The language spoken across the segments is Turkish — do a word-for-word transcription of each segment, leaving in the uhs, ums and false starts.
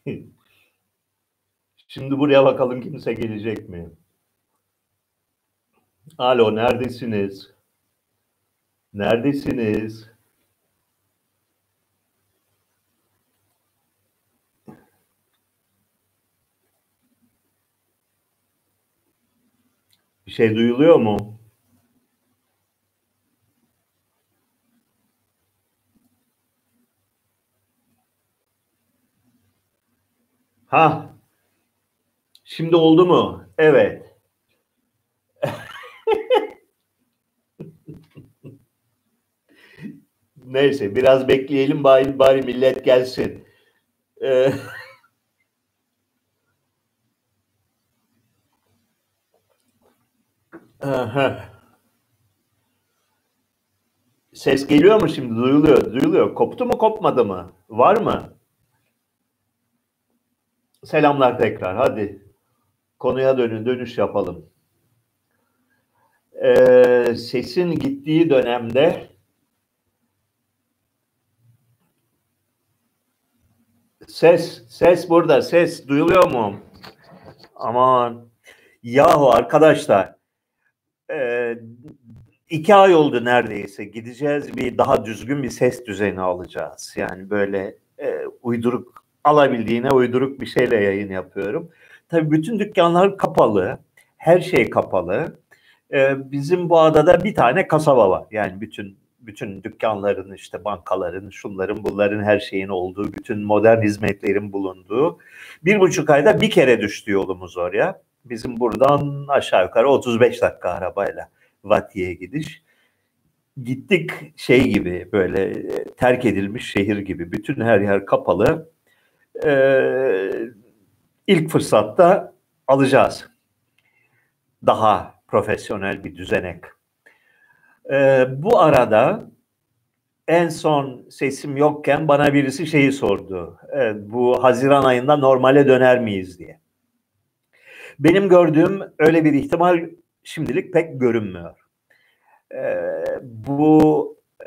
Şimdi buraya bakalım kimse gelecek mi? Alo, neredesiniz? Neredesiniz? Bir şey duyuluyor mu? Ha, şimdi oldu mu? Evet. Neyse, biraz bekleyelim bari, bari millet gelsin. Ee, aha. Ses geliyor mu şimdi? Duyuluyor, duyuluyor. Koptu mu, kopmadı mı? Var mı? Selamlar tekrar. Hadi konuya dönün, dönüş yapalım. Ee, sesin gittiği dönemde ses, ses burada, ses duyuluyor mu? Aman. Yahu arkadaşlar, e, iki ay oldu neredeyse. Gideceğiz, bir daha düzgün bir ses düzeni alacağız. Yani böyle e, uyduruk, alabildiğine uyduruk bir şeyle yayın yapıyorum. Tabii bütün dükkanlar kapalı, her şey kapalı. E, bizim bu adada bir tane kasaba var. Yani bütün bütün dükkanların, işte bankaların, şunların, bunların, her şeyin olduğu, bütün modern hizmetlerin bulunduğu. Bir buçuk ayda bir kere düştü yolumuz oraya. Bizim buradan aşağı yukarı otuz beş dakika arabayla Vatiye'ye gidiş. Gittik şey gibi, böyle terk edilmiş şehir gibi. Bütün her yer kapalı. Ee, ilk fırsatta alacağız. Daha profesyonel bir düzenek. Ee, bu arada en son sesim yokken bana birisi şeyi sordu. Ee, bu Haziran ayında normale döner miyiz diye. Benim gördüğüm öyle bir ihtimal şimdilik pek görünmüyor. Ee, bu e,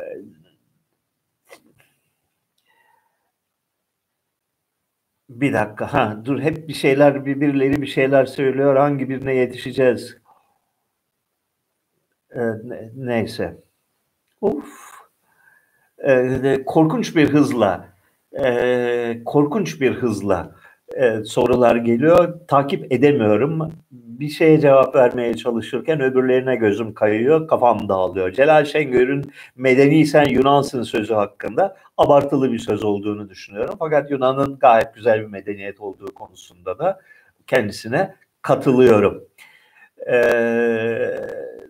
bir dakika, ha dur, hep bir şeyler, birbirleri bir şeyler söylüyor, hangi birine yetişeceğiz? Ee, ne, neyse. Of. Ee, korkunç bir hızla, e, korkunç bir hızla e, sorular geliyor. Takip edemiyorum. Bir şeye cevap vermeye çalışırken öbürlerine gözüm kayıyor, kafam dağılıyor. Celal Şengör'ün "medeniysen Yunansın" sözü hakkında abartılı bir söz olduğunu düşünüyorum. Fakat Yunan'ın gayet güzel bir medeniyet olduğu konusunda da kendisine katılıyorum. Ee,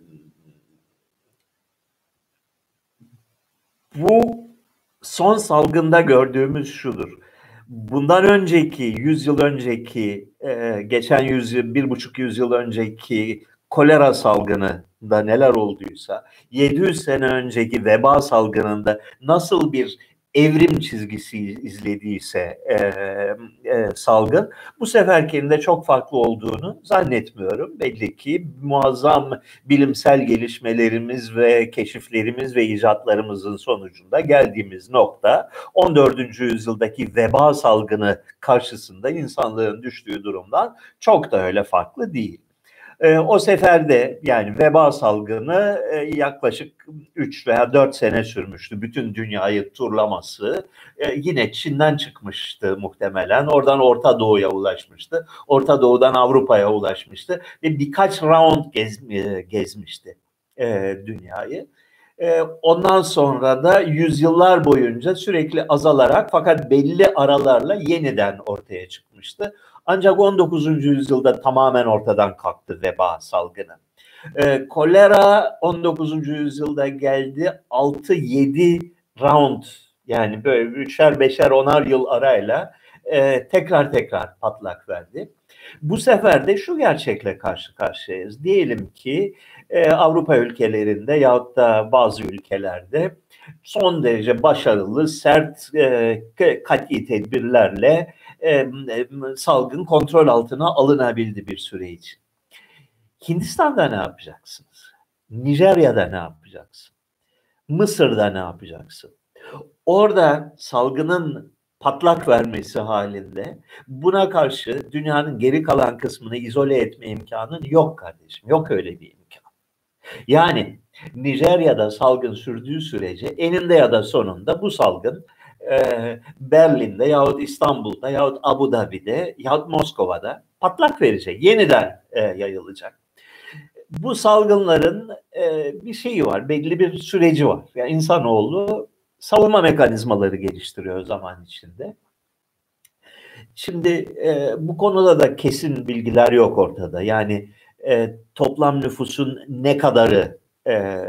bu son salgında gördüğümüz şudur. Bundan önceki, yüz yıl önceki, e, geçen yüzyıl, bir buçuk yüzyıl önceki kolera salgınında neler olduysa, yedi yüz sene önceki veba salgınında nasıl bir evrim çizgisi izlediyse e, e, salgın, bu seferkinde çok farklı olduğunu zannetmiyorum. Belli ki muazzam bilimsel gelişmelerimiz ve keşiflerimiz ve icatlarımızın sonucunda geldiğimiz nokta, on dördüncü yüzyıldaki veba salgını karşısında insanlığın düştüğü durumdan çok da öyle farklı değil. E, o sefer de yani veba salgını e, yaklaşık üç veya dört sene sürmüştü. Bütün dünyayı turlaması. E, yine Çin'den çıkmıştı muhtemelen. Oradan Orta Doğu'ya ulaşmıştı. Orta Doğu'dan Avrupa'ya ulaşmıştı. Ve birkaç round gez, e, gezmişti e, dünyayı. E, ondan sonra da yüzyıllar boyunca sürekli azalarak fakat belli aralarla yeniden ortaya çıkmıştı. Ancak on dokuzuncu yüzyılda tamamen ortadan kalktı veba salgını. E, kolera on dokuzuncu yüzyılda geldi, altı yedi round, yani böyle üçer beşer onar yıl arayla e, tekrar tekrar patlak verdi. Bu sefer de şu gerçekle karşı karşıyayız. Diyelim ki e, Avrupa ülkelerinde yahut da bazı ülkelerde son derece başarılı, sert, e, kat'i tedbirlerle e, salgın kontrol altına alınabildi bir süre için. Hindistan'da ne yapacaksınız? Nijerya'da ne yapacaksın? Mısır'da ne yapacaksın? Orada salgının patlak vermesi halinde buna karşı dünyanın geri kalan kısmını izole etme imkanın yok kardeşim. Yok öyle bir imkan. Yani Nijerya'da salgın sürdüğü sürece eninde ya da sonunda bu salgın e, Berlin'de yahut İstanbul'da yahut Abu Dhabi'de yahut Moskova'da patlak verecek. Yeniden e, yayılacak. Bu salgınların e, bir şeyi var, belli bir süreci var. Yani insanoğlu savunma mekanizmaları geliştiriyor zaman içinde. Şimdi e, bu konuda da kesin bilgiler yok ortada. Yani e, toplam nüfusun ne kadarı e,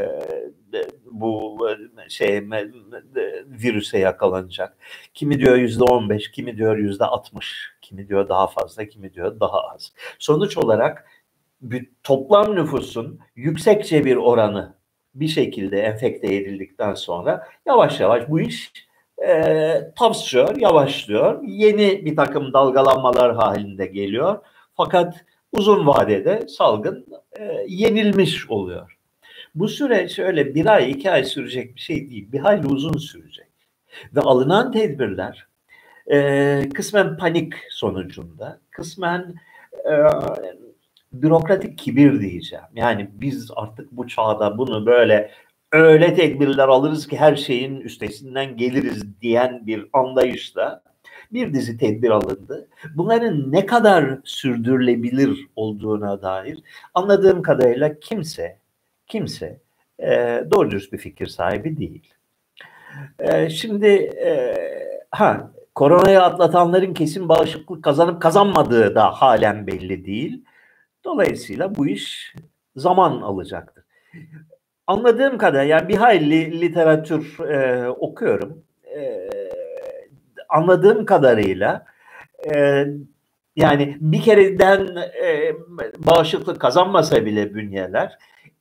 bu şey virüse yakalanacak? Kimi diyor yüzde on beş, kimi diyor yüzde altmış, kimi diyor daha fazla, kimi diyor daha az. Sonuç olarak bir toplam nüfusun yüksekçe bir oranı bir şekilde enfekte edildikten sonra yavaş yavaş bu iş e, tavsıyor, yavaşlıyor. Yeni bir takım dalgalanmalar halinde geliyor. Fakat uzun vadede salgın e, yenilmiş oluyor. Bu süreç öyle bir ay, iki ay sürecek bir şey değil. Bir hayli uzun sürecek. Ve alınan tedbirler e, kısmen panik sonucunda, kısmen e, bürokratik kibir diyeceğim. Yani biz artık bu çağda bunu böyle öyle tedbirler alırız ki her şeyin üstesinden geliriz diyen bir anlayışla bir dizi tedbir alındı. Bunların ne kadar sürdürülebilir olduğuna dair anladığım kadarıyla kimse kimse e, doğru dürüst bir fikir sahibi değil. E, şimdi e, ha koronayı atlatanların kesin bağışıklık kazanıp kazanmadığı da halen belli değil. Dolayısıyla bu iş zaman alacaktır. Anladığım kadar yani bir hayli literatür e, okuyorum. E, anladığım kadarıyla e, yani bir kereden e, bağışıklık kazanmasa bile bünyeler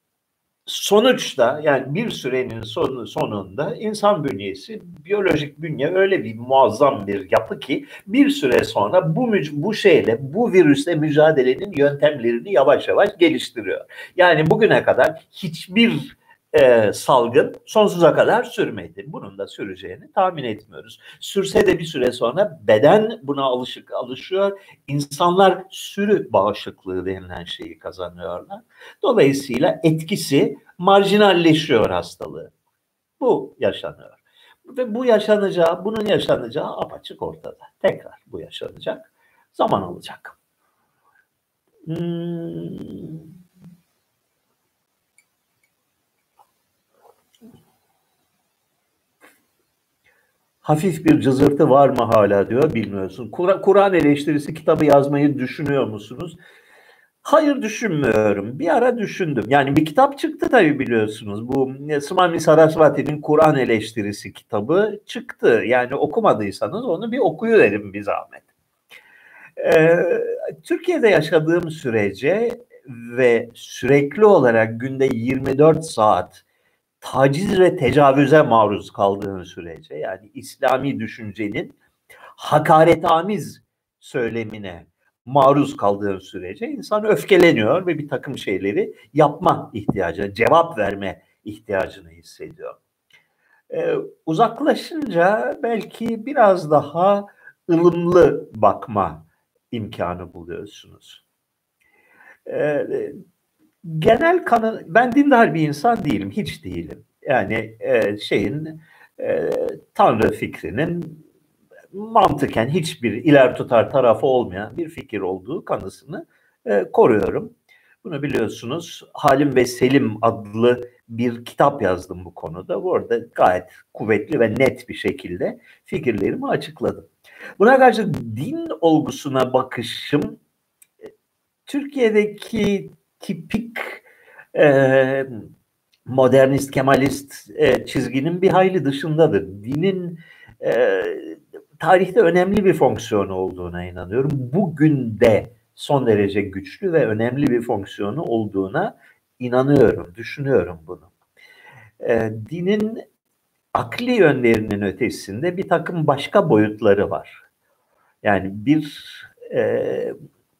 sonuçta yani bir sürenin sonu, sonunda insan bünyesi, biyolojik bünye öyle bir muazzam bir yapı ki bir süre sonra bu bu şeyle, bu virüsle mücadelenin yöntemlerini yavaş yavaş geliştiriyor. Yani bugüne kadar hiçbir e, salgın sonsuza kadar sürmedi. Bunun da süreceğini tahmin etmiyoruz. Sürse de bir süre sonra beden buna alışık alışıyor. İnsanlar sürü bağışıklığı denilen şeyi kazanıyorlar. Dolayısıyla etkisi marjinalleşiyor hastalığı. Bu yaşanıyor. Ve bu yaşanacağı, bunun yaşanacağı apaçık ortada. Tekrar bu yaşanacak. Zaman alacak. Hmm. Hafif bir cızırtı var mı hala diyor, bilmiyorsun. Kur- Kur'an eleştirisi kitabı yazmayı düşünüyor musunuz? Hayır, düşünmüyorum. Bir ara düşündüm. Yani bir kitap çıktı tabii, biliyorsunuz. Bu Swami Saraswati'nin Kur'an eleştirisi kitabı çıktı. Yani okumadıysanız onu bir okuyuverin bir zahmet. Ee, Türkiye'de yaşadığım sürece ve sürekli olarak günde yirmi dört saat taciz ve tecavüze maruz kaldığın sürece, yani İslami düşüncenin hakaretamiz söylemine maruz kaldığın sürece insan öfkeleniyor ve bir takım şeyleri yapma ihtiyacı, cevap verme ihtiyacını hissediyor. Ee, uzaklaşınca belki biraz daha ılımlı bakma imkanı buluyorsunuz. Ee, genel kanı, ben dindar bir insan değilim, hiç değilim. Yani e, şeyin e, Tanrı fikrinin mantıken hiçbir iler tutar tarafı olmayan bir fikir olduğu kanısını e, koruyorum. Bunu biliyorsunuz. Halim ve Selim adlı bir kitap yazdım bu konuda. Orada gayet kuvvetli ve net bir şekilde fikirlerimi açıkladım. Buna karşı din olgusuna bakışım Türkiye'deki tipik e, modernist, kemalist e, çizginin bir hayli dışındadır. Dinin e, tarihte önemli bir fonksiyonu olduğuna inanıyorum. Bugün de son derece güçlü ve önemli bir fonksiyonu olduğuna inanıyorum, düşünüyorum bunu. E, dinin akli yönlerinin ötesinde bir takım başka boyutları var. Yani bir e,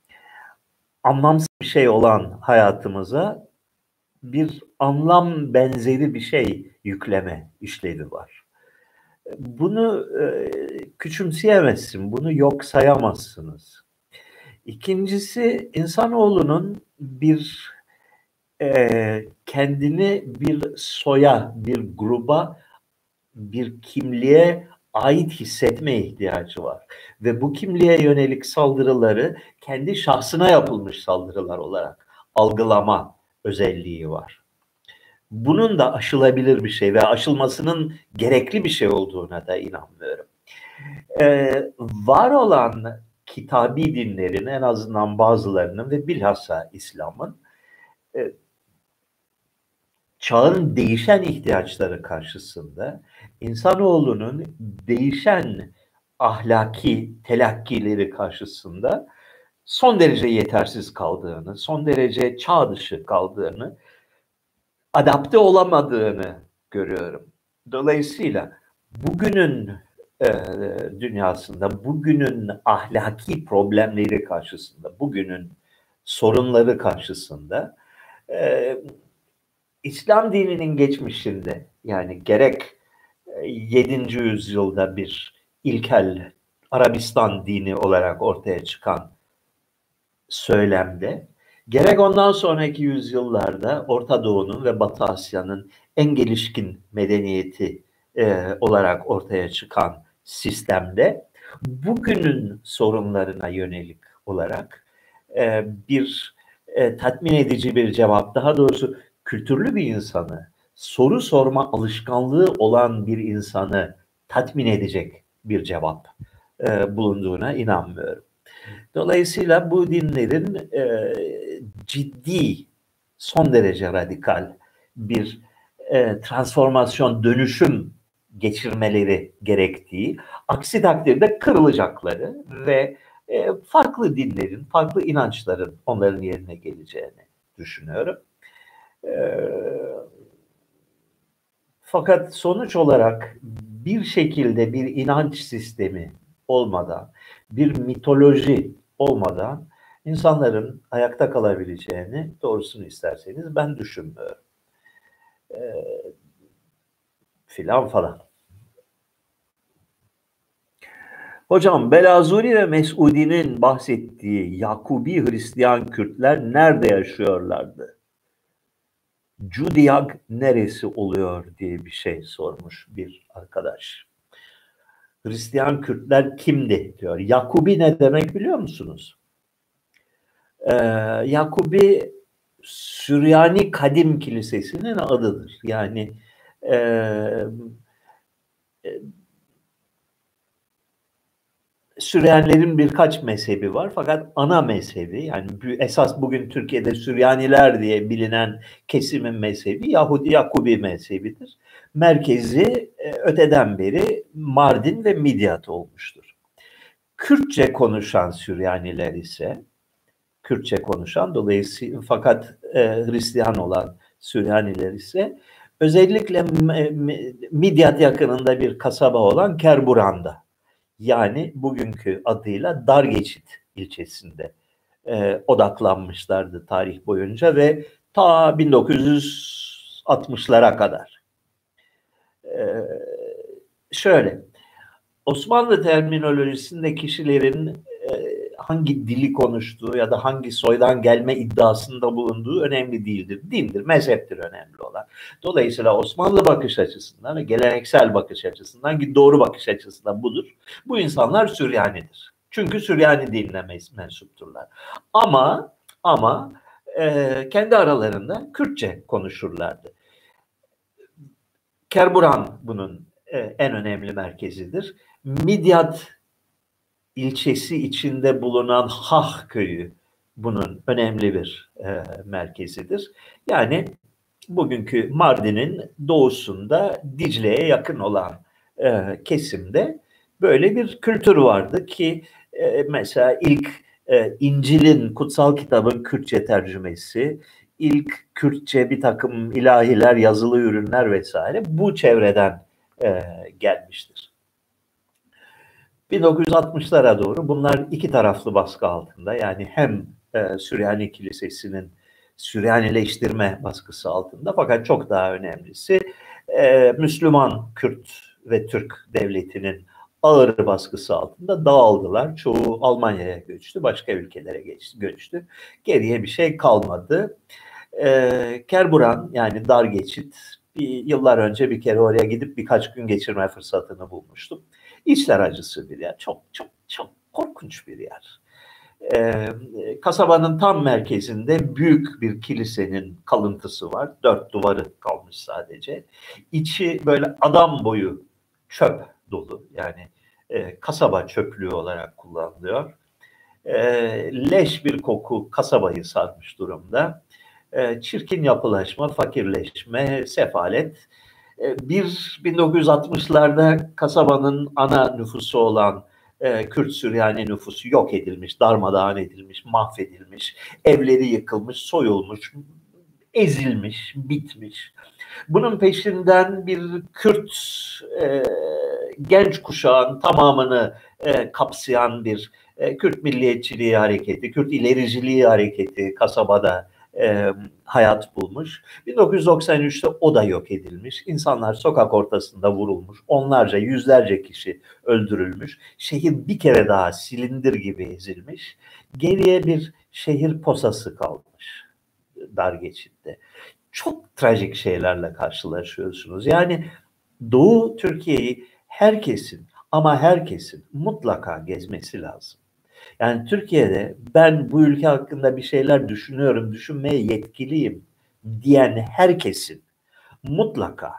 anlamsız bir şey olan hayatımıza bir anlam benzeri bir şey yükleme işlevi var. Bunu e, küçümseyemezsin, bunu yok sayamazsınız. İkincisi, insanoğlunun bir e, kendini bir soya, bir gruba, bir kimliğe ait hissetme ihtiyacı var. Ve bu kimliğe yönelik saldırıları kendi şahsına yapılmış saldırılar olarak algılama özelliği var. Bunun da aşılabilir bir şey ve aşılmasının gerekli bir şey olduğuna da inanmıyorum. Ee, var olan kitabi dinlerin, en azından bazılarının ve bilhassa İslam'ın e, çağın değişen ihtiyaçları karşısında insanoğlunun değişen ahlaki telakkileri karşısında son derece yetersiz kaldığını, son derece çağ dışı kaldığını, adapte olamadığını görüyorum. Dolayısıyla bugünün e, dünyasında, bugünün ahlaki problemleri karşısında, bugünün sorunları karşısında e, İslam dininin geçmişinde, yani gerek yedinci yüzyılda bir ilkel Arabistan dini olarak ortaya çıkan söylemde, gerek ondan sonraki yüzyıllarda Orta Doğu'nun ve Batı Asya'nın en gelişkin medeniyeti e, olarak ortaya çıkan sistemde bugünün sorunlarına yönelik olarak e, bir e, tatmin edici bir cevap, daha doğrusu kültürlü bir insanı, soru sorma alışkanlığı olan bir insanı tatmin edecek bir cevap e, bulunduğuna inanmıyorum. Dolayısıyla bu dinlerin e, ciddi, son derece radikal bir e, transformasyon, dönüşüm geçirmeleri gerektiği, aksi takdirde kırılacakları ve e, farklı dinlerin, farklı inançların onların yerine geleceğini düşünüyorum. E, fakat sonuç olarak bir şekilde bir inanç sistemi olmadan, bir mitoloji olmadan insanların ayakta kalabileceğini, doğrusunu isterseniz ben düşünmüyorum. Ee, filan falan. Hocam, Belazuri ve Mes'udi'nin bahsettiği Yakubi Hristiyan Kürtler nerede yaşıyorlardı? Cudiyag neresi oluyor diye bir şey sormuş bir arkadaş. Hristiyan Kürtler kimdi diyor. Yakubi ne demek biliyor musunuz? Ee, Yakubi Süryani Kadim Kilisesi'nin adıdır. Yani e, e, Süryanilerin birkaç mezhebi var fakat ana mezhebi, yani esas bugün Türkiye'de Süryaniler diye bilinen kesimin mezhebi Yahudi Yakubi mezhebidir. Merkezi e, öteden beri Mardin ve Midyat olmuştur. Kürtçe konuşan Süryaniler ise Kürtçe konuşan, dolayısıyla fakat e, Hristiyan olan Süryaniler ise özellikle Midyat yakınında bir kasaba olan Kerburan'da, yani bugünkü adıyla Dargeçit ilçesinde e, odaklanmışlardı tarih boyunca ve ta bin dokuz yüz altmışlara kadar. E, şöyle, Osmanlı terminolojisinde kişilerin e, hangi dili konuştuğu ya da hangi soydan gelme iddiasında bulunduğu önemli değildir. Dindir, mezheptir önemli olan. Dolayısıyla Osmanlı bakış açısından ve geleneksel bakış açısından, ki doğru bakış açısından budur, bu insanlar Süryanidir. Çünkü Süryani dinine mensupturlar. Ama ama e, kendi aralarında Kürtçe konuşurlardı. Kerburan bunun e, en önemli merkezidir. Midyat ilçesi içinde bulunan Hah köyü bunun önemli bir e, merkezidir. Yani bugünkü Mardin'in doğusunda Dicle'ye yakın olan e, kesimde böyle bir kültür vardı ki e, mesela ilk e, İncil'in, kutsal kitabın Kürtçe tercümesi, ilk Kürtçe bir takım ilahiler, yazılı ürünler vesaire bu çevreden e, gelmiştir. bin dokuz yüz altmışlara doğru bunlar iki taraflı baskı altında, yani hem e, Süryani Kilisesi'nin Süryanileştirme baskısı altında, fakat çok daha önemlisi e, Müslüman Kürt ve Türk devletinin ağır baskısı altında dağıldılar. Çoğu Almanya'ya göçtü, başka ülkelere geçti, göçtü. Geriye bir şey kalmadı. Ee, Kerburan yani dar geçit, bir, yıllar önce bir kere oraya gidip birkaç gün geçirme fırsatını bulmuştum. İçler acısı bir yer. Çok çok çok korkunç bir yer. Ee, kasabanın tam merkezinde büyük bir kilisenin kalıntısı var. Dört duvarı kalmış sadece. İçi böyle adam boyu çöp dolu. Yani e, kasaba çöplüğü olarak kullanılıyor. E, leş bir koku kasabayı sarmış durumda. E, çirkin yapılaşma, fakirleşme, sefalet. E, bir bin dokuz yüz altmışlarda kasabanın ana nüfusu olan e, Kürt Süryani nüfusu yok edilmiş, darmadağın edilmiş, mahvedilmiş, evleri yıkılmış, soyulmuş, ezilmiş, bitmiş. Bunun peşinden bir Kürt e, genç kuşağın tamamını e, kapsayan bir e, Kürt milliyetçiliği hareketi, Kürt ilericiliği hareketi kasabada e, hayat bulmuş. bin dokuz yüz doksan üçte o da yok edilmiş. İnsanlar sokak ortasında vurulmuş. Onlarca, yüzlerce kişi öldürülmüş. Şehir bir kere daha silindir gibi ezilmiş. Geriye bir şehir posası kalmış dar geçitte. Çok trajik şeylerle karşılaşıyorsunuz. Yani Doğu Türkiye'yi herkesin ama herkesin mutlaka gezmesi lazım. Yani Türkiye'de ben bu ülke hakkında bir şeyler düşünüyorum, düşünmeye yetkiliyim diyen herkesin mutlaka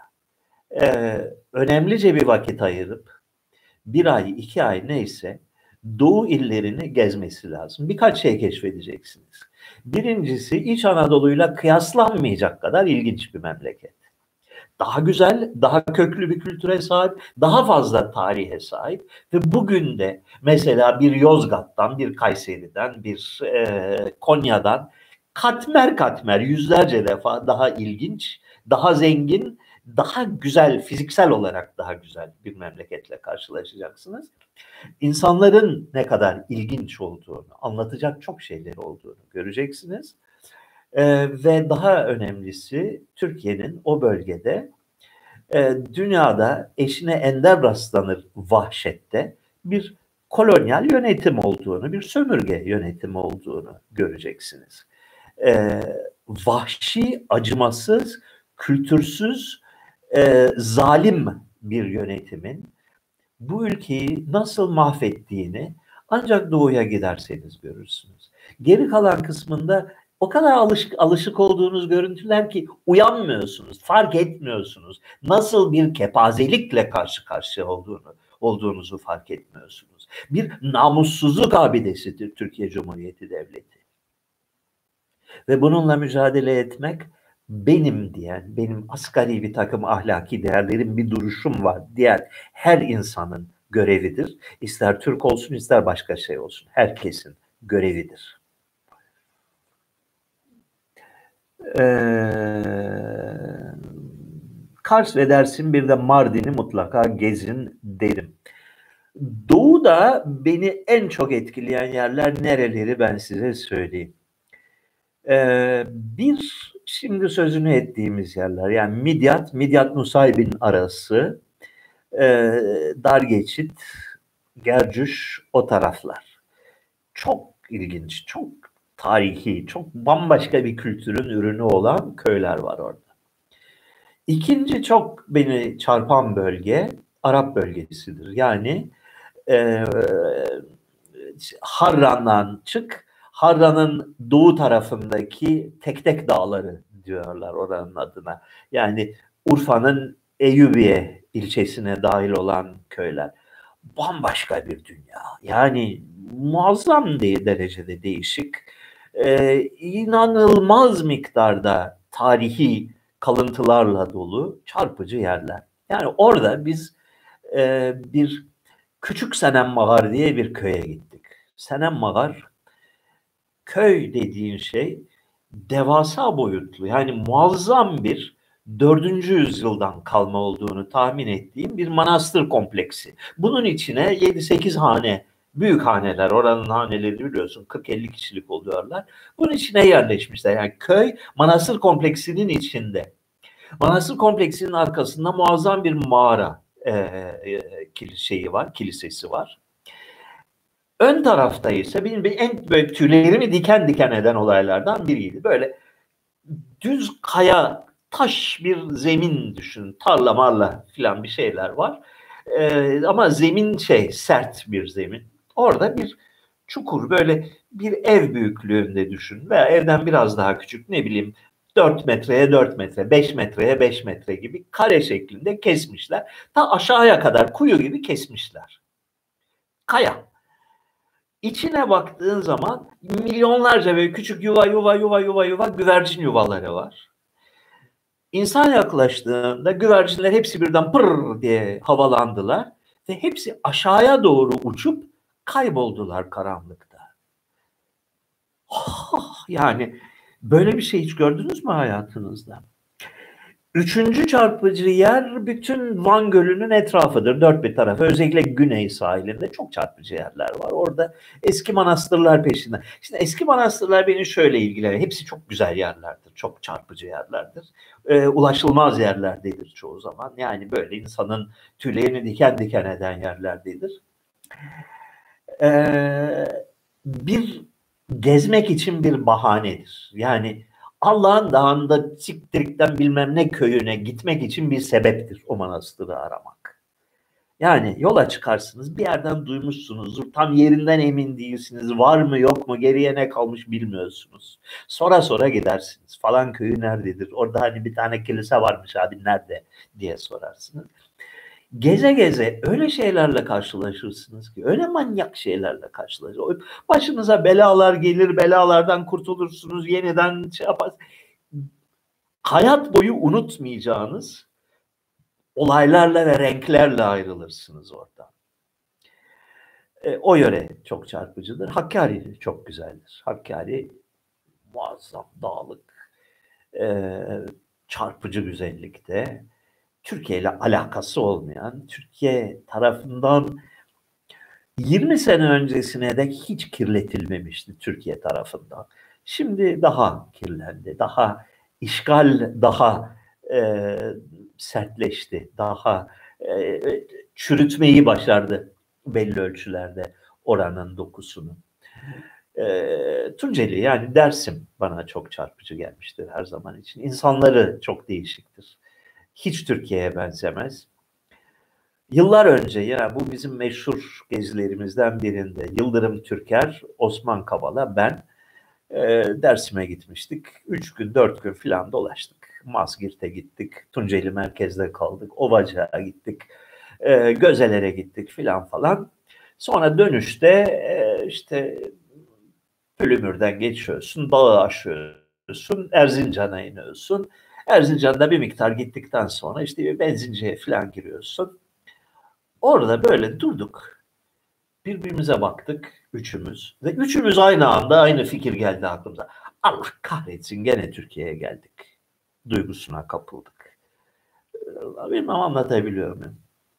e, önemlice bir vakit ayırıp bir ay, iki ay neyse Doğu illerini gezmesi lazım. Birkaç şey keşfedeceksiniz. Birincisi İç Anadolu'yla kıyaslanmayacak kadar ilginç bir memleket. Daha güzel, daha köklü bir kültüre sahip, daha fazla tarihe sahip ve bugün de mesela bir Yozgat'tan, bir Kayseri'den, bir e, Konya'dan katmer katmer yüzlerce defa daha ilginç, daha zengin, daha güzel, fiziksel olarak daha güzel bir memleketle karşılaşacaksınız. İnsanların ne kadar ilginç olduğunu, anlatacak çok şeyleri olduğunu göreceksiniz. Ee, ve daha önemlisi Türkiye'nin o bölgede e, dünyada eşine ender rastlanır vahşette bir kolonyal yönetim olduğunu, bir sömürge yönetimi olduğunu göreceksiniz. Ee, vahşi, acımasız, kültürsüz, e, zalim bir yönetimin bu ülkeyi nasıl mahvettiğini ancak doğuya giderseniz görürsünüz. Geri kalan kısmında o kadar alışık, alışık olduğunuz görüntüler ki uyanmıyorsunuz, fark etmiyorsunuz. Nasıl bir kepazelikle karşı karşıya olduğunu, olduğunuzu fark etmiyorsunuz. Bir namussuzluk abidesidir Türkiye Cumhuriyeti Devleti. Ve bununla mücadele etmek benim diyen, benim asgari bir takım ahlaki değerlerim, bir duruşum var diyen her insanın görevidir. İster Türk olsun, ister başka şey olsun. Herkesin görevidir. Ee, Kars ve Dersim, bir de Mardin'i mutlaka gezin derim. Doğu'da beni en çok etkileyen yerler nereleri ben size söyleyeyim. Ee, bir, şimdi sözünü ettiğimiz yerler, yani Midyat, Midyat-Nusaybin arası, e, Dargeçit, Gercüş, o taraflar. Çok ilginç, çok tarihi, çok bambaşka bir kültürün ürünü olan köyler var orada. İkinci çok beni çarpan bölge Arap bölgesidir. Yani e, Harran'dan çık, Harran'ın doğu tarafındaki Tek Tek Dağları diyorlar oranın adına. Yani Urfa'nın Eyyubiye ilçesine dahil olan köyler. Bambaşka bir dünya. Yani muazzam derecede değişik. Ee, inanılmaz miktarda tarihi kalıntılarla dolu çarpıcı yerler. Yani orada biz e, bir Küçük Senemmagar diye bir köye gittik. Senemmagar, köy dediğin şey devasa boyutlu, yani muazzam bir dördüncü yüzyıldan kalma olduğunu tahmin ettiğim bir manastır kompleksi. Bunun içine yedi sekiz hane, büyük haneler, oranın haneleri biliyorsun kırk elli kişilik oluyorlar. Bunun içine yerleşmişler. Yani köy manastır kompleksinin içinde. Manastır kompleksinin arkasında muazzam bir mağara e, e, şeyi var, kilisesi var. Ön tarafta ise benim en böyle tüylerimi diken diken eden olaylardan biriydi. Böyle düz kaya, taş bir zemin düşün. Tarla marla filan bir şeyler var. Ee, ama zemin şey, sert bir zemin. Orada bir çukur, böyle bir ev büyüklüğünde düşün. Veya evden biraz daha küçük, ne bileyim dört metreye dört metre, beş metreye beş metre gibi kare şeklinde kesmişler. Ta aşağıya kadar kuyu gibi kesmişler. Kaya. İçine baktığın zaman milyonlarca böyle küçük yuva yuva yuva yuva yuva güvercin yuvaları var. İnsan yaklaştığında güvercinler hepsi birden pırr diye havalandılar ve hepsi aşağıya doğru uçup kayboldular karanlıkta. Oh, yani böyle bir şey hiç gördünüz mü hayatınızda? Üçüncü çarpıcı yer bütün Van Gölü'nün etrafıdır. Dört bir tarafı. Özellikle güney sahilinde çok çarpıcı yerler var. Orada eski manastırlar peşinde. Şimdi eski manastırlar beni şöyle ilgileniyor. Hepsi çok güzel yerlerdir. Çok çarpıcı yerlerdir. Ee, ulaşılmaz yerlerdedir çoğu zaman. Yani böyle insanın tüylerini diken diken eden yerlerdedir. Ee, bir gezmek için bir bahanedir. Yani Allah'ın dağında siktirikten bilmem ne köyüne gitmek için bir sebeptir o manastırı aramak. Yani yola çıkarsınız, bir yerden duymuşsunuzdur, tam yerinden emin değilsiniz, var mı yok mu, geriye ne kalmış bilmiyorsunuz. Sonra sonra gidersiniz, falan köyü nerededir, orada hani bir tane kilise varmış abi nerede diye sorarsınız. Geze geze öyle şeylerle karşılaşırsınız ki, öyle manyak şeylerle karşılaşırsınız. Başınıza belalar gelir, belalardan kurtulursunuz, yeniden şey yaparsınız. Hayat boyu unutmayacağınız olaylarla ve renklerle ayrılırsınız oradan. E, o yöre çok çarpıcıdır. Hakkari çok güzeldir. Hakkari muazzam, dağlık, e, çarpıcı güzellikte. Türkiye ile alakası olmayan, Türkiye tarafından yirmi sene öncesine de hiç kirletilmemişti Türkiye tarafından. Şimdi daha kirlendi, daha işgal daha e, sertleşti, daha e, çürütmeyi başardı belli ölçülerde oranın dokusunu. E, Tunceli yani Dersim bana çok çarpıcı gelmiştir her zaman için. İnsanları çok değişiktir. Hiç Türkiye'ye benzemez. Yıllar önce ya bu bizim meşhur gezilerimizden birinde Yıldırım Türker, Osman Kavala, ben e, Dersim'e gitmiştik. Üç gün, dört gün falan dolaştık. Mazgirt'e gittik, Tunceli merkezde kaldık, Ovacık'a gittik, e, Gözeler'e gittik filan falan. Sonra dönüşte e, işte Pülümür'den geçiyorsun, dağı aşıyorsun, Erzincan'a iniyorsun. Erzincan'da bir miktar gittikten sonra işte bir benzinciye falan giriyorsun. Orada böyle durduk. Birbirimize baktık üçümüz. Ve üçümüz aynı anda aynı fikir geldi aklımıza. Allah kahretsin gene Türkiye'ye geldik. Duygusuna kapıldık. Bilmem anlatabiliyor muyum?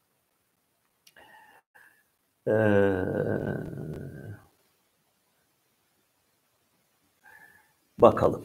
Ee, bakalım.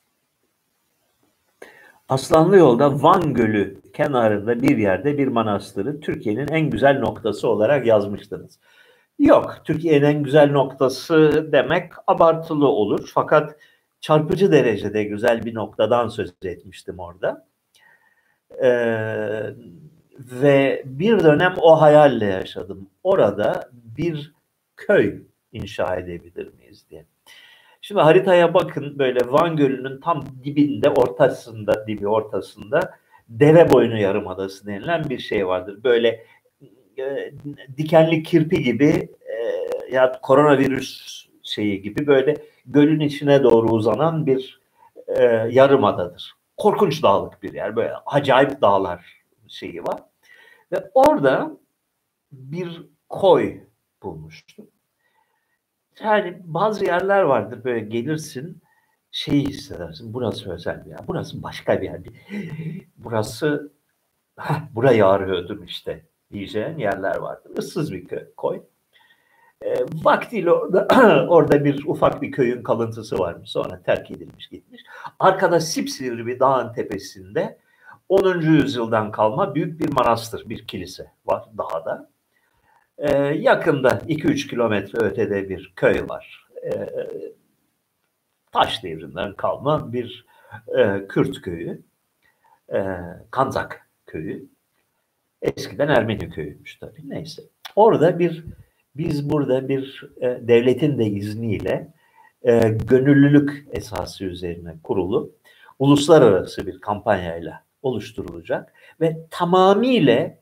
Aslanlı Yol'da Van Gölü kenarında bir yerde bir manastırı Türkiye'nin en güzel noktası olarak yazmıştınız. Yok, Türkiye'nin en güzel noktası demek abartılı olur. Fakat çarpıcı derecede güzel bir noktadan söz etmiştim orada. Ee, ve bir dönem o hayalle yaşadım. Orada bir köy inşa edebilir miyiz diye. Şimdi haritaya bakın, böyle Van Gölü'nün tam dibinde, ortasında, dibi ortasında Deveboynu Yarımadası denilen bir şey vardır. Böyle e, dikenli kirpi gibi e, ya koronavirüs şeyi gibi böyle gölün içine doğru uzanan bir e, yarımadadır. Korkunç dağlık bir yer. Böyle acayip dağlar şeyi var. Ve orada bir koy bulmuştum. Yani bazı yerler vardır böyle gelirsin şeyi hissedersin. Burası özel bir yer. Burası başka bir yer. Burası heh, burayı arıyordum işte diyeceğin yerler vardır. Issız bir köy, koy. E, vaktiyle orada, orada bir ufak bir köyün kalıntısı varmış. Sonra terk edilmiş gitmiş. Arkada sipsivri bir dağın tepesinde onuncu yüzyıldan kalma büyük bir manastır, bir kilise var daha da. Ee, yakında iki üç kilometre ötede bir köy var. Ee, taş devrinden kalma bir e, Kürt köyü, e, Kanzak köyü. Eskiden Ermeni köyüymüş tabii, neyse. Orada bir, biz burada bir e, devletin de izniyle e, gönüllülük esası üzerine kurulu uluslararası bir kampanyayla oluşturulacak ve tamamıyla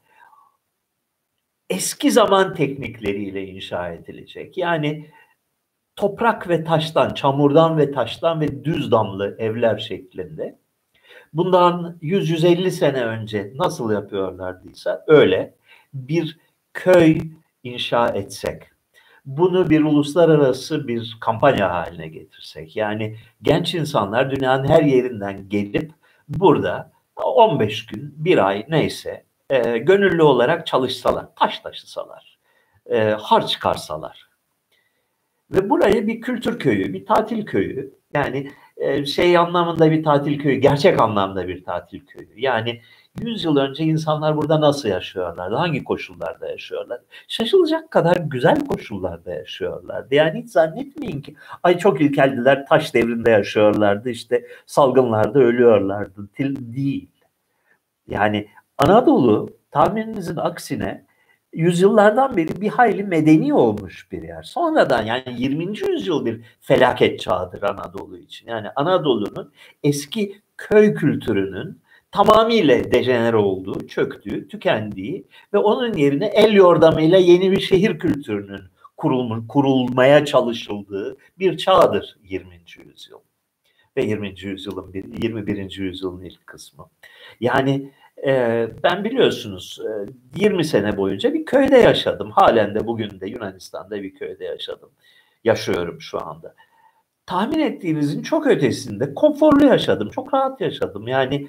eski zaman teknikleriyle inşa edilecek. Yani toprak ve taştan, çamurdan ve taştan ve düz damlı evler şeklinde. Bundan yüz yüz elli sene önce nasıl yapıyorlardıysa öyle bir köy inşa etsek, bunu bir uluslararası bir kampanya haline getirsek, yani genç insanlar dünyanın her yerinden gelip burada on beş gün, bir ay neyse e, gönüllü olarak çalışsalar, taş taşısalar, e, harç çıkarsalar ve burayı bir kültür köyü, bir tatil köyü, yani e, şey anlamında bir tatil köyü, gerçek anlamda bir tatil köyü. Yani yüz yıl önce insanlar burada nasıl yaşıyorlardı, hangi koşullarda yaşıyorlar? Şaşılacak kadar güzel koşullarda yaşıyorlardı. Yani hiç zannetmeyin ki ay çok ilkeldiler, taş devrinde yaşıyorlardı, işte salgınlarda ölüyorlardı. Değil. Yani Anadolu tahmininizin aksine yüzyıllardan beri bir hayli medeni olmuş bir yer. Sonradan yani yirminci yüzyıl bir felaket çağıdır Anadolu için. Yani Anadolu'nun eski köy kültürünün tamamıyla dejenere olduğu, çöktüğü, tükendiği ve onun yerine el yordamıyla yeni bir şehir kültürünün kurulma, kurulmaya çalışıldığı bir çağdır yirminci yüzyıl. Ve yirminci yüzyılın, yirmi birinci yüzyılın ilk kısmı. Yani e, ben biliyorsunuz yirmi sene boyunca bir köyde yaşadım. Halen de bugün de Yunanistan'da bir köyde yaşadım. Yaşıyorum şu anda. Tahmin ettiğinizin çok ötesinde konforlu yaşadım. Çok rahat yaşadım. Yani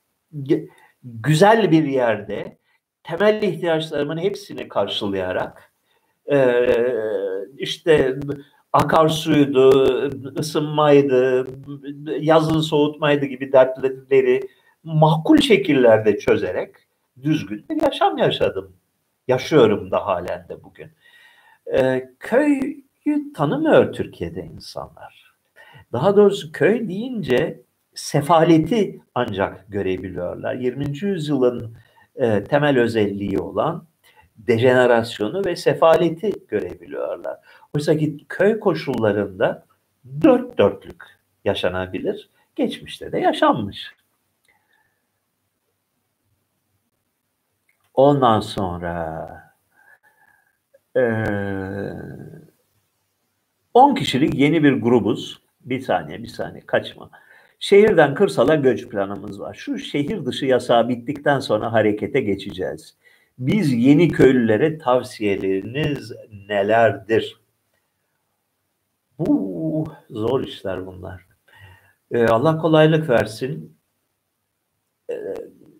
güzel bir yerde temel ihtiyaçlarımın hepsini karşılayarak e, işte akarsuydu, ısınmaydı, yazın soğutmaydı gibi dertleri makul şekillerde çözerek düzgün bir yaşam yaşadım. Yaşıyorum da halen de bugün. Ee, köyü tanımıyor Türkiye'de insanlar. Daha doğrusu köy deyince sefaleti ancak görebiliyorlar. yirminci yüzyılın e, temel özelliği olan dejenerasyonu ve sefaleti görebiliyorlar. Oysa ki köy koşullarında dört dörtlük yaşanabilir. Geçmişte de yaşanmış. Ondan sonra on kişilik yeni bir grubuz. Bir saniye, bir saniye kaçma. Şehirden kırsala göç planımız var. Şu şehir dışı yasağı bittikten sonra harekete geçeceğiz. Biz yeni köylülere tavsiyeleriniz nelerdir? Bu zor işler bunlar. Ee, Allah kolaylık versin. Ee,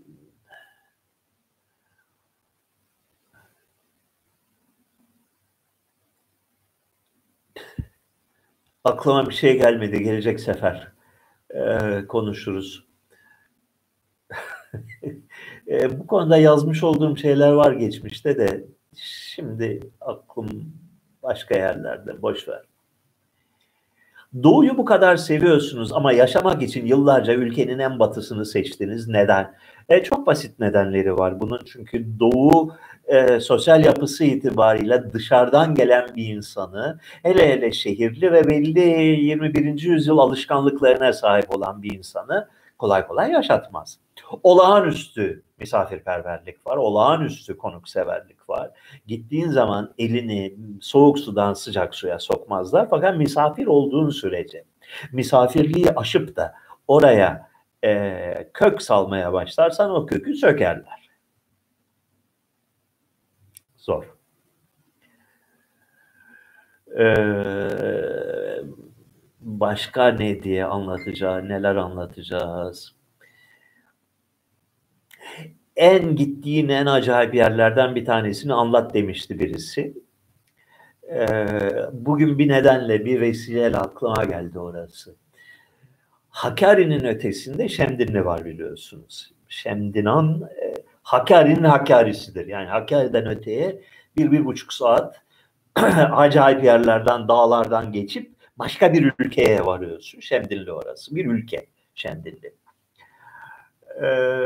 aklıma bir şey gelmedi. Gelecek sefer e, konuşuruz. e, bu konuda yazmış olduğum şeyler var geçmişte de şimdi aklım başka yerlerde. Boş ver. Doğu'yu bu kadar seviyorsunuz ama yaşamak için yıllarca ülkenin en batısını seçtiniz. Neden? E, çok basit nedenleri var bunun. Çünkü Doğu e, sosyal yapısı itibariyle dışarıdan gelen bir insanı, hele hele şehirli ve belli yirmi birinci yüzyıl alışkanlıklarına sahip olan bir insanı kolay kolay yaşatmaz. Olağanüstü misafirperverlik var, olağanüstü konukseverlik var. Gittiğin zaman elini soğuk sudan sıcak suya sokmazlar. Fakat misafir olduğun sürece, misafirliği aşıp da oraya e, kök salmaya başlarsan o kökü sökerler. Zor. Ee, başka ne diye anlatacağız, neler anlatacağız? En gittiğin en acayip yerlerden bir tanesini anlat demişti birisi. Ee, bugün bir nedenle, bir vesileyle aklıma geldi orası. Hakkari'nin ötesinde Şemdinli var biliyorsunuz. Şemdinan e, Hakkari'nin Hakkari'sidir. Yani Hakkari'den öteye bir, bir buçuk saat acayip yerlerden, dağlardan geçip başka bir ülkeye varıyorsun. Şemdinli orası. Bir ülke Şemdinli. Ee,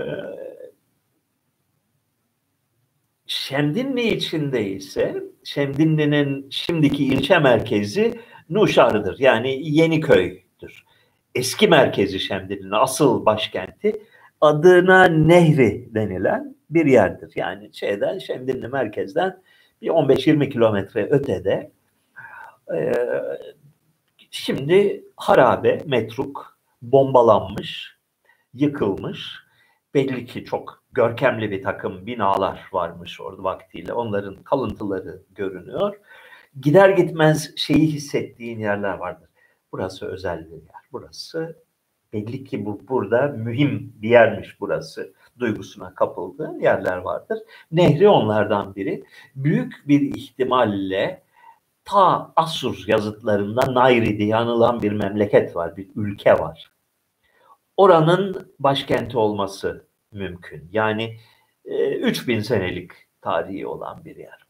Şemdinli içinde ise Şemdinli'nin şimdiki ilçe merkezi Nuşar'dır. Yani Yeniköy'dür. Eski merkezi Şemdinli'nin asıl başkenti adına Nehri denilen bir yerdir. Yani şeyden Şemdinli merkezden bir on beş yirmi kilometre ötede. Ee, şimdi harabe, metruk, bombalanmış, yıkılmış. Belli ki çok görkemli bir takım binalar varmış orada vaktiyle. Onların kalıntıları görünüyor. Gider gitmez şeyi hissettiğin yerler vardır. Burası özel bir yer. Burası belli ki bu burada mühim bir yermiş burası. Duygusuna kapıldığı yerler vardır. Nehri onlardan biri. Büyük bir ihtimalle ta Asur yazıtlarında Nayri diye anılan bir memleket var, bir ülke var. Oranın başkenti olması mümkün. Yani e, üç bin senelik tarihi olan bir yer.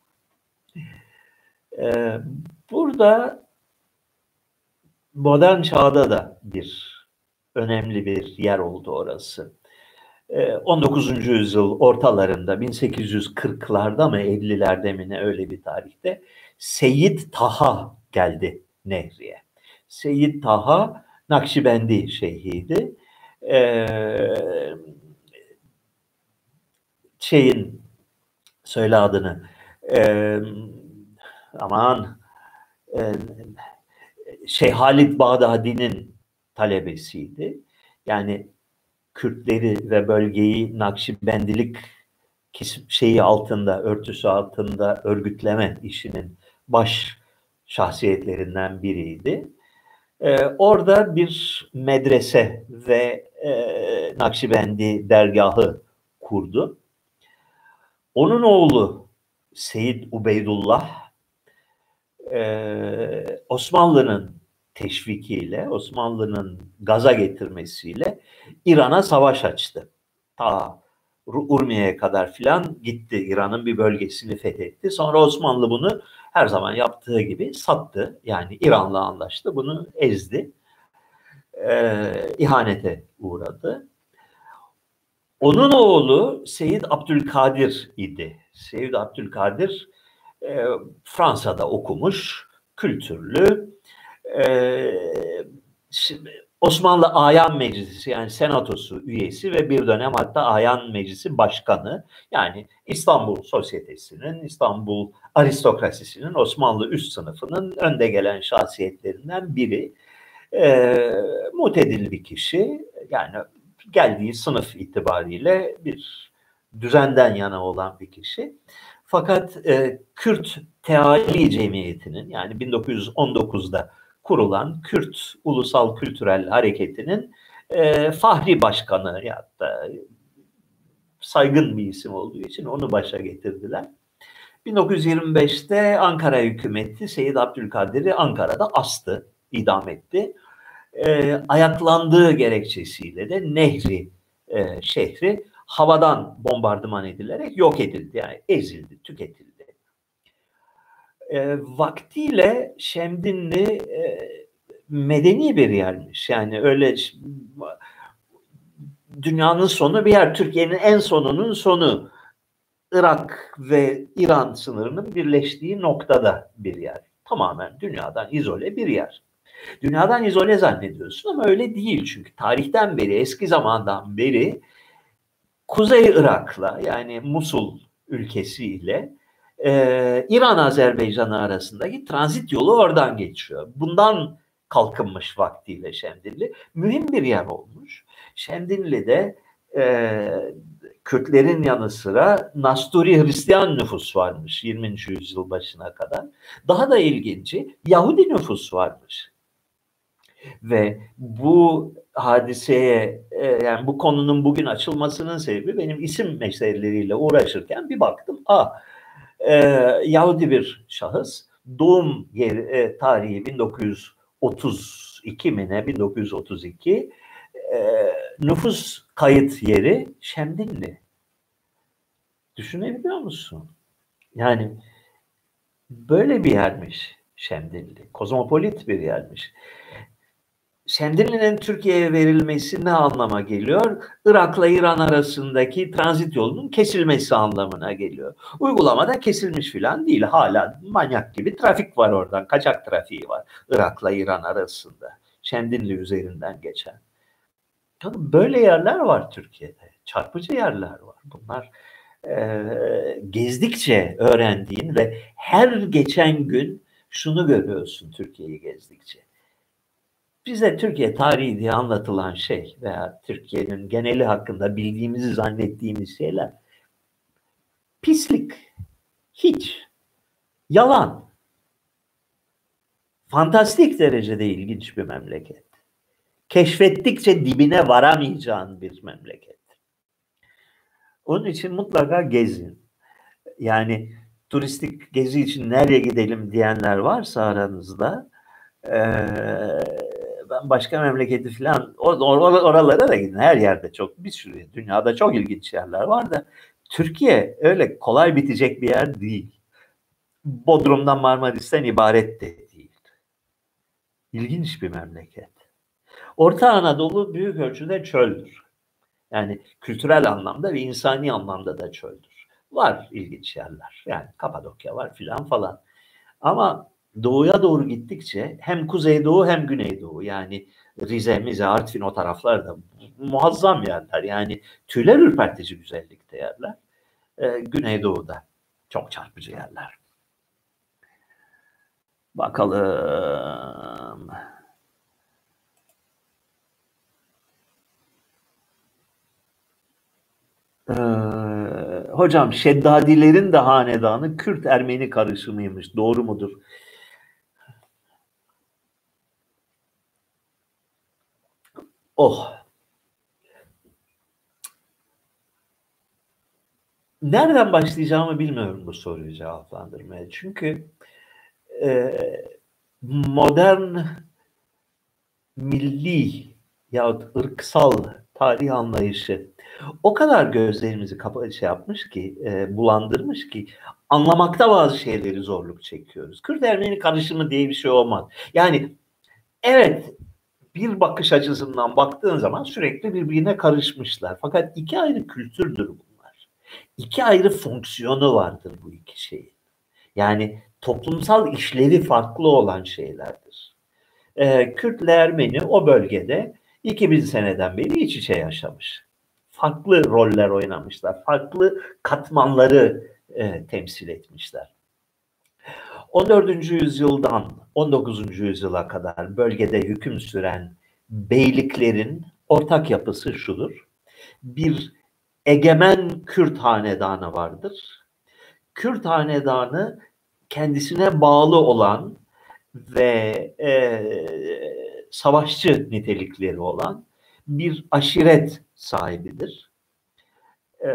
E, burada modern çağda da bir önemli bir yer oldu orası. E, on dokuzuncu yüzyıl ortalarında bin sekiz yüz kırklarda mı ellilerde mi ne öyle bir tarihte Seyyid Taha geldi Nehri'ye. Seyyid Taha Nakşibendi şeyhiydi. Ee, şeyin söyle adını ee, aman e, Şeyh Halid Bağdadi'nin talebesiydi. Yani Kürtleri ve bölgeyi Nakşibendilik şeyi altında, örtüsü altında örgütleme işinin baş şahsiyetlerinden biriydi. Ee, orada bir medrese ve e, Nakşibendi dergahı kurdu. Onun oğlu Seyyid Ubeydullah e, Osmanlı'nın teşvikiyle, Osmanlı'nın gaza getirmesiyle İran'a savaş açtı. Ta Urmiye'ye kadar filan gitti. İran'ın bir bölgesini fethetti. Sonra Osmanlı bunu her zaman yaptığı gibi sattı. Yani İran'la anlaştı. Bunu ezdi. Ee, ihanete uğradı. Onun oğlu Seyyid Abdülkadir idi. Seyyid Abdülkadir e, Fransa'da okumuş, kültürlü. E, şimdi, Osmanlı Ayan Meclisi yani senatosu üyesi ve bir dönem hatta Ayan Meclisi başkanı. Yani İstanbul Sosyetesi'nin, İstanbul aristokrasisinin, Osmanlı üst sınıfının önde gelen şahsiyetlerinden biri. E, mutedil bir kişi. Yani geldiği sınıf itibariyle bir düzenden yana olan bir kişi. Fakat e, Kürt Teali Cemiyeti'nin yani bin dokuz yüz on dokuzda kurulan Kürt Ulusal Kültürel Hareketi'nin e, fahri başkanı ya da saygın bir isim olduğu için onu başa getirdiler. bin dokuz yüz yirmi beşte Ankara hükümeti Seyyid Abdülkadir'i Ankara'da astı, idam etti. E, ayaklandığı gerekçesiyle de Nehri e, şehri havadan bombardıman edilerek yok edildi. Yani ezildi, tüketildi. E, vaktiyle Şemdinli e, medeni bir yermiş. Yani öyle dünyanın sonu bir yer. Türkiye'nin en sonunun sonu. Irak ve İran sınırının birleştiği noktada bir yer. Tamamen dünyadan izole bir yer. Dünyadan izole zannediyorsun ama öyle değil. Çünkü tarihten beri, eski zamandan beri Kuzey Irak'la yani Musul ülkesiyle e, İran-Azerbaycan'ı arasındaki transit yolu oradan geçiyor. Bundan kalkınmış vaktiyle Şemdinli. Mühim bir yer olmuş. Şemdinli'de e, Kürtlerin yanı sıra Nasturi Hristiyan nüfus varmış yirminci yüzyıl başına kadar. Daha da ilginci Yahudi nüfus varmış. Ve bu hadiseye yani bu konunun bugün açılmasının sebebi benim isim meseleleriyle uğraşırken bir baktım. Ah, e, Yahudi bir şahıs doğum yeri, e, tarihi bin dokuz yüz otuz iki mi ne bin dokuz yüz otuz iki e, nüfus kayıt yeri Şemdinli. Düşünebiliyor musun? Yani böyle bir yermiş Şemdinli. Kozmopolit bir yermiş. Şemdinli'nin Türkiye'ye verilmesi ne anlama geliyor? Irak'la İran arasındaki transit yolunun kesilmesi anlamına geliyor. Uygulamada kesilmiş filan değil. Hala manyak gibi trafik var oradan. Kaçak trafiği var Irak'la İran arasında. Şemdinli üzerinden geçen. Tabii böyle yerler var Türkiye'de. Çarpıcı yerler var. Bunlar e, gezdikçe öğrendiğin ve her geçen gün şunu görüyorsun Türkiye'yi gezdikçe. Bize Türkiye tarihi diye anlatılan şey veya Türkiye'nin geneli hakkında bildiğimizi zannettiğimiz şeyler pislik, hiç, yalan, fantastik derecede ilginç bir memleket. Keşfettikçe dibine varamayacağın bir memleket. Onun için mutlaka gezin. Yani turistik gezi için nereye gidelim diyenler varsa aranızda ee, ben başka memleketi falan or, or, oralara da gidin. Her yerde çok bir sürü dünyada çok ilginç yerler var da Türkiye öyle kolay bitecek bir yer değil. Bodrum'dan Marmaris'ten ibaret de değil. İlginç bir memleket. Orta Anadolu büyük ölçüde çöldür. Yani kültürel anlamda ve insani anlamda da çöldür. Var ilginç yerler. Yani Kapadokya var filan falan. Ama doğuya doğru gittikçe hem Kuzeydoğu hem Güneydoğu, yani Rize, Mize, Artvin o taraflar da muazzam yerler. Yani tüyler ürpertici güzellikte yerler. Ee, Güneydoğu'da çok çarpıcı yerler. Bakalım. Ee, hocam Şeddadilerin de hanedanı Kürt-Ermeni karışımıymış. Doğru mudur? Oh. Nereden başlayacağımı bilmiyorum bu soruyu cevaplandırmaya. Çünkü e, modern milli yahut ırksal tarih anlayışı o kadar gözlerimizi kapa şey yapmış ki, e, bulandırmış ki anlamakta bazı şeyleri zorluk çekiyoruz. Kürt-Ermeni karışımı diye bir şey olmaz. Yani evet, bir bakış açısından baktığın zaman sürekli birbirine karışmışlar. Fakat iki ayrı kültürdür bunlar. İki ayrı fonksiyonu vardır bu iki şeyin. Yani toplumsal işlevi farklı olan şeylerdir. Ee, Kürtle Ermeni o bölgede iki bin seneden beri iç içe yaşamış. Farklı roller oynamışlar. Farklı katmanları e, temsil etmişler. on dördüncü yüzyıldan on dokuzuncu yüzyıla kadar bölgede hüküm süren beyliklerin ortak yapısı şudur. Bir egemen Kürt hanedanı vardır. Kürt hanedanı kendisine bağlı olan ve e, savaşçı nitelikleri olan bir aşiret sahibidir. E,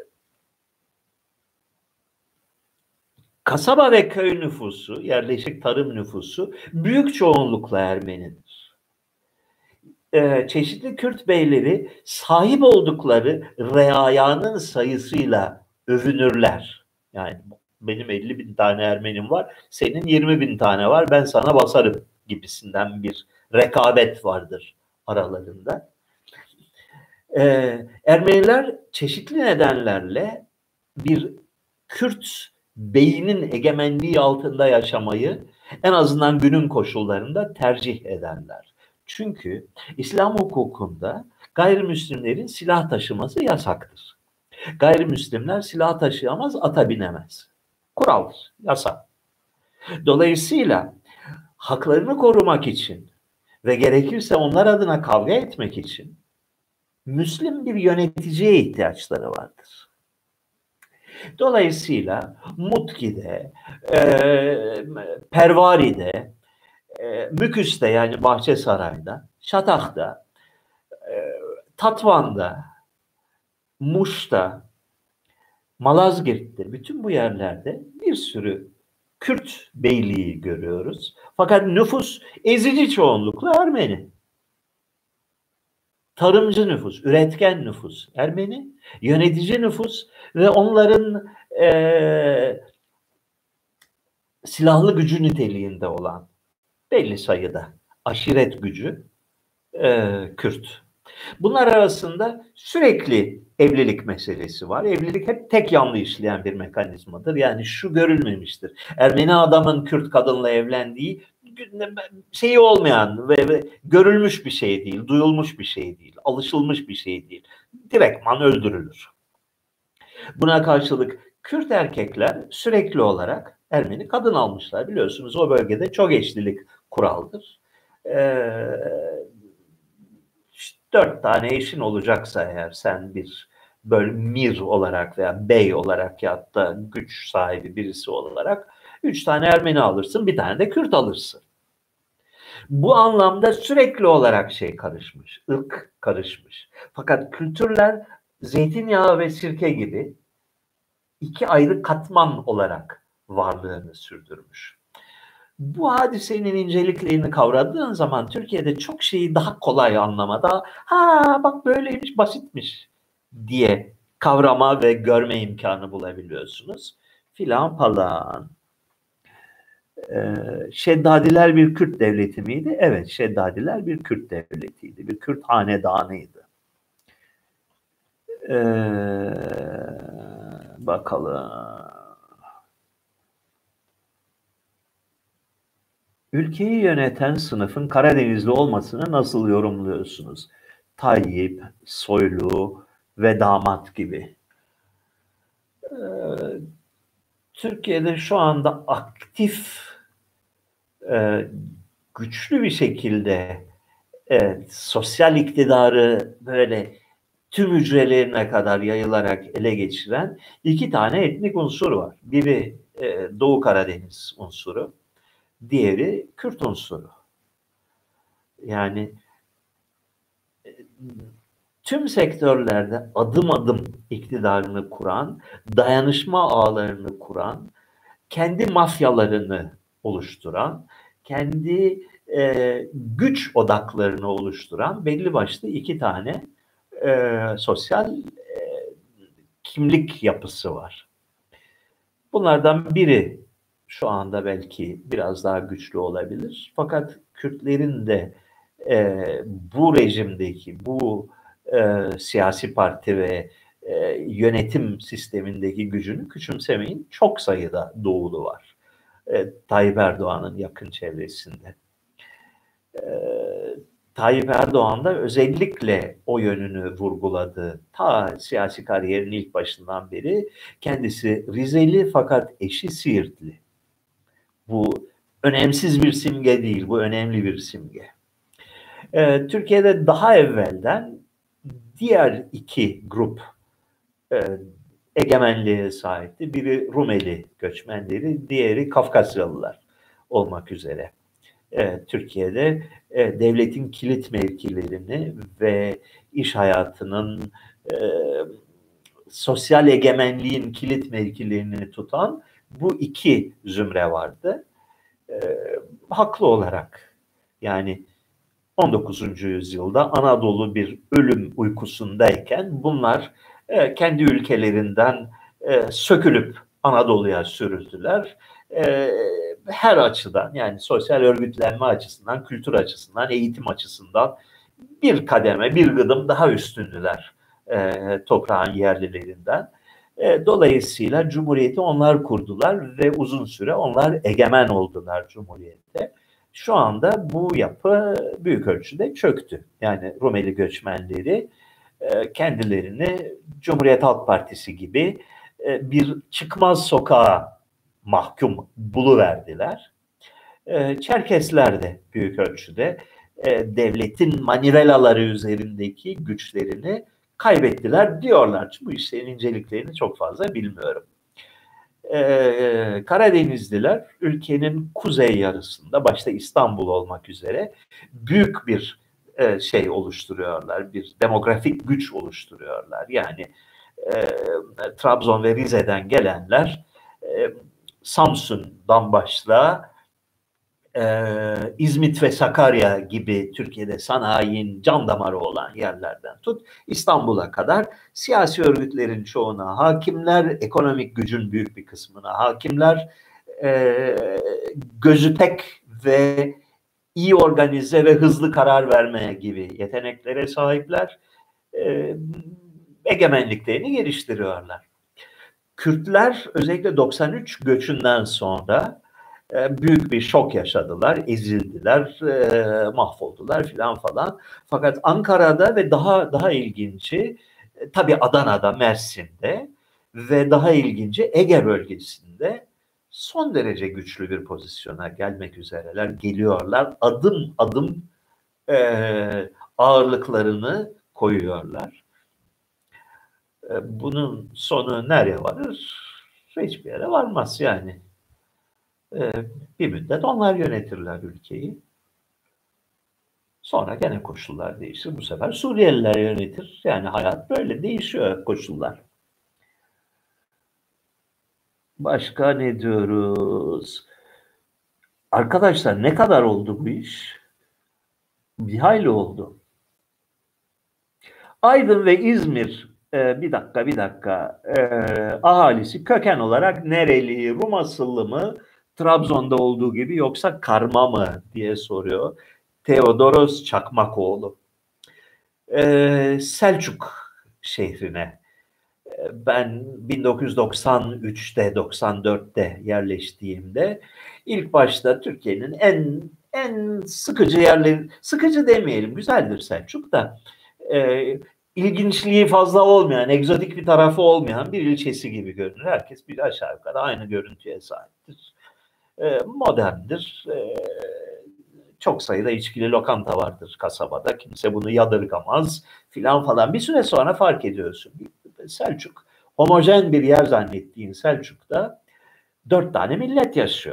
kasaba ve köy nüfusu, yerleşik tarım nüfusu büyük çoğunlukla Ermenidir. E, çeşitli Kürt beyleri sahip oldukları reayanın sayısıyla övünürler. Yani benim elli bin tane Ermenim var, senin yirmi bin tane var, ben sana basarım gibisinden bir rekabet vardır aralarında. Ee, Ermeniler çeşitli nedenlerle bir Kürt beyinin egemenliği altında yaşamayı en azından günün koşullarında tercih ederler. Çünkü İslam hukukunda gayrimüslimlerin silah taşıması yasaktır. Gayrimüslimler silah taşıyamaz, ata binemez. Kuraldır, yasa. Dolayısıyla haklarını korumak için ve gerekirse onlar adına kavga etmek için Müslim bir yöneticiye ihtiyaçları vardır. Dolayısıyla Mutki'de, e, Pervari'de, e, Müküs'te yani Bahçesaray'da, Şatak'ta, e, Tatvan'da, Muş'ta, Malazgirt'te, bütün bu yerlerde bir sürü Kürt beyliği görüyoruz. Fakat nüfus ezici çoğunlukla Ermeni. tarımcı nüfus, üretken nüfus Ermeni, yönetici nüfus ve onların e, silahlı gücü niteliğinde olan belli sayıda aşiret gücü e, Kürt. Bunlar arasında sürekli evlilik meselesi var. Evlilik hep tek yanlı işleyen bir mekanizmadır. Yani şu görülmemiştir. Ermeni adamın Kürt kadınla evlendiği şeyi olmayan ve, ve görülmüş bir şey değil, duyulmuş bir şey değil, alışılmış bir şey değil. Direktman öldürülür. Buna karşılık Kürt erkekler sürekli olarak Ermeni kadın almışlar. Biliyorsunuz o bölgede çok eşlilik kuraldır. Ee, dört tane eşin olacaksa eğer sen bir böyle mir olarak veya bey olarak ya da güç sahibi birisi olarak üç tane Ermeni alırsın, bir tane de Kürt alırsın. Bu anlamda sürekli olarak şey karışmış, ırk karışmış. Fakat kültürler zeytinyağı ve sirke gibi iki ayrı katman olarak varlığını sürdürmüş. Bu hadisenin inceliklerini kavradığın zaman Türkiye'de çok şeyi daha kolay anlamada, ha bak böyleymiş, basitmiş diye kavrama ve görme imkanı bulabiliyorsunuz. Filan falan. Ee, Şeddadiler bir Kürt devleti miydi? Evet, Şeddadiler bir Kürt devletiydi. Bir Kürt hanedanıydı. Ee, bakalım. Ülkeyi yöneten sınıfın Karadenizli olmasını nasıl yorumluyorsunuz? Tayyip, Soylu ve damat gibi. Ee, Türkiye'de şu anda aktif, e, güçlü bir şekilde e, sosyal iktidarı böyle tüm hücrelerine kadar yayılarak ele geçiren iki tane etnik unsur var. Biri e, Doğu Karadeniz unsuru, diğeri Kürt unsuru. Yani tüm sektörlerde adım adım iktidarını kuran, dayanışma ağlarını kuran, kendi mafyalarını oluşturan, kendi e, güç odaklarını oluşturan belli başlı iki tane e, sosyal e, kimlik yapısı var. Bunlardan biri şu anda belki biraz daha güçlü olabilir. Fakat Kürtlerin de e, bu rejimdeki, bu e, siyasi parti ve e, yönetim sistemindeki gücünü küçümsemeyin. Çok sayıda doğulu var. E, Tayyip Erdoğan'ın yakın çevresinde. E, Tayyip Erdoğan da özellikle o yönünü vurguladı. Ta siyasi kariyerin ilk başından beri kendisi Rizeli fakat eşi Siirtli. Bu önemsiz bir simge değil, bu önemli bir simge. Ee, Türkiye'de daha evvelden diğer iki grup e, egemenliğe sahipti. Biri Rumeli göçmenleri, diğeri Kafkasyalılar olmak üzere. E, Türkiye'de e, devletin kilit mevkilerini ve iş hayatının e, sosyal egemenliğin kilit mevkilerini tutan bu iki zümre vardı. E, haklı olarak yani on dokuzuncu yüzyılda Anadolu bir ölüm uykusundayken bunlar e, kendi ülkelerinden e, sökülüp Anadolu'ya sürüldüler. E, her açıdan yani sosyal örgütlenme açısından, kültür açısından, eğitim açısından bir kademe, bir gıdım daha üstündüler e, toprağın yerlilerinden. E, dolayısıyla Cumhuriyeti onlar kurdular ve uzun süre onlar egemen oldular Cumhuriyet'te. Şu anda bu yapı büyük ölçüde çöktü. Yani Rumeli göçmenleri e, kendilerini Cumhuriyet Halk Partisi gibi e, bir çıkmaz sokağa mahkum buluverdiler. E, Çerkesler de büyük ölçüde e, devletin manivelaları üzerindeki güçlerini kaybettiler diyorlar. Bu işlerin inceliklerini çok fazla bilmiyorum. Ee, Karadenizliler ülkenin kuzey yarısında başta İstanbul olmak üzere büyük bir e, şey oluşturuyorlar, bir demografik güç oluşturuyorlar. Yani e, Trabzon ve Rize'den gelenler e, Samsun'dan başla Ee, İzmit ve Sakarya gibi Türkiye'de sanayinin can damarı olan yerlerden tut, İstanbul'a kadar siyasi örgütlerin çoğuna hakimler, ekonomik gücün büyük bir kısmına hakimler, e, gözü tek ve iyi organize ve hızlı karar vermeye gibi yeteneklere sahipler, e, egemenliklerini geliştiriyorlar. Kürtler özellikle doksan üç göçünden sonra büyük bir şok yaşadılar, ezildiler, e, mahvoldular filan falan. Fakat Ankara'da ve daha daha ilginci, e, tabii Adana'da, Mersin'de ve daha ilginci Ege bölgesinde son derece güçlü bir pozisyona gelmek üzereler, geliyorlar. Adım adım e, ağırlıklarını koyuyorlar. E, bunun sonu nereye varır? Hiçbir yere varmaz yani. Ee, bir müddet onlar yönetirler ülkeyi. Sonra gene koşullar değişir. Bu sefer Suriyeliler yönetir. Yani hayat böyle değişiyor, koşullar. Başka ne diyoruz? Arkadaşlar ne kadar oldu bu iş? Bir hayli oldu. Aydın ve İzmir, e, bir dakika bir dakika, e, ahalisi köken olarak nereli, Rum asıllı mı, Trabzon'da olduğu gibi, yoksa karma mı diye soruyor Theodoros Çakmakoğlu. Ee, Selçuk şehrine ben bin dokuz yüz doksan üçte doksan dörtte yerleştiğimde ilk başta Türkiye'nin en en sıkıcı yerleri, sıkıcı demeyelim, güzeldir Selçuk da, e, ilginçliği fazla olmayan, egzotik bir tarafı olmayan bir ilçesi gibi görünür. Herkes bir aşağı yukarı aynı görüntüye sahiptir. E, moderndir. E, çok sayıda içkili lokanta vardır kasabada. Kimse bunu yadırgamaz filan falan. Bir süre sonra fark ediyorsun. Selçuk, homojen bir yer zannettiğin Selçuk'ta dört tane millet yaşıyor.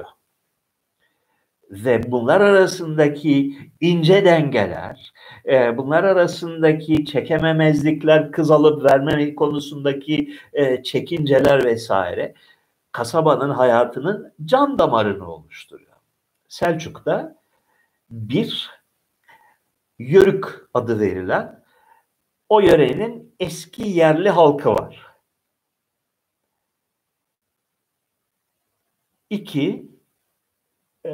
Ve bunlar arasındaki ince dengeler, bunlar arasındaki çekememezlikler, kız alıp verme konusundaki çekinceler vesaire kasabanın hayatının can damarını oluşturuyor. Selçuk'ta bir Yörük adı verilen o yörenin eski yerli halkı var. İki, e,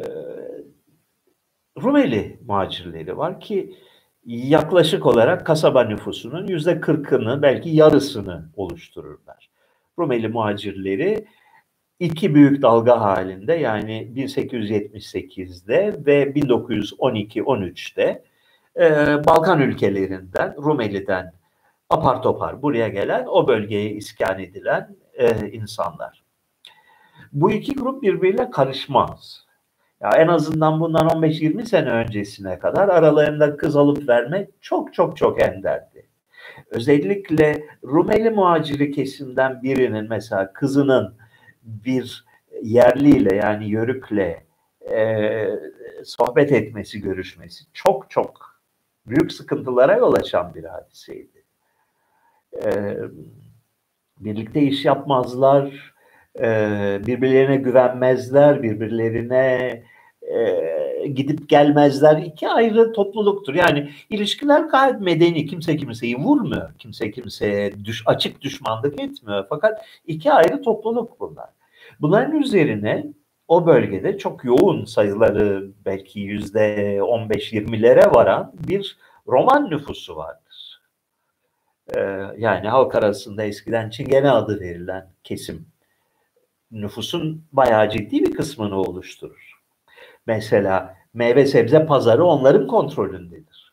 Rumeli muhacirleri var ki yaklaşık olarak kasaba nüfusunun yüzde kırkını, belki yarısını oluştururlar. Rumeli muhacirleri iki büyük dalga halinde, yani bin sekiz yüz yetmiş sekizde ve bin dokuz yüz on iki on üçte e, Balkan ülkelerinden, Rumeli'den apar topar buraya gelen, o bölgeye iskan edilen e, insanlar. Bu iki grup birbiriyle karışmaz. Ya en azından bundan on beş yirmi sene öncesine kadar aralarında kız alıp verme çok çok çok enderdi. Özellikle Rumeli muhaciri kesimden birinin mesela kızının bir yerliyle, yani Yörükle e, sohbet etmesi, görüşmesi çok çok büyük sıkıntılara yol açan bir hadiseydi. E, birlikte iş yapmazlar, e, birbirlerine güvenmezler, birbirlerine e, gidip gelmezler. İki ayrı topluluktur. Yani ilişkiler gayet medeni. Kimse kimseyi vurmuyor. Kimse kimseye düş, açık düşmanlık etmiyor. Fakat iki ayrı topluluk bunlar. Bunların üzerine o bölgede çok yoğun sayıları, belki yüzde on beş yirmilere varan bir Roman nüfusu vardır. Ee, yani halk arasında eskiden Çingene adı verilen kesim nüfusun bayağı ciddi bir kısmını oluşturur. Mesela meyve sebze pazarı onların kontrolündedir.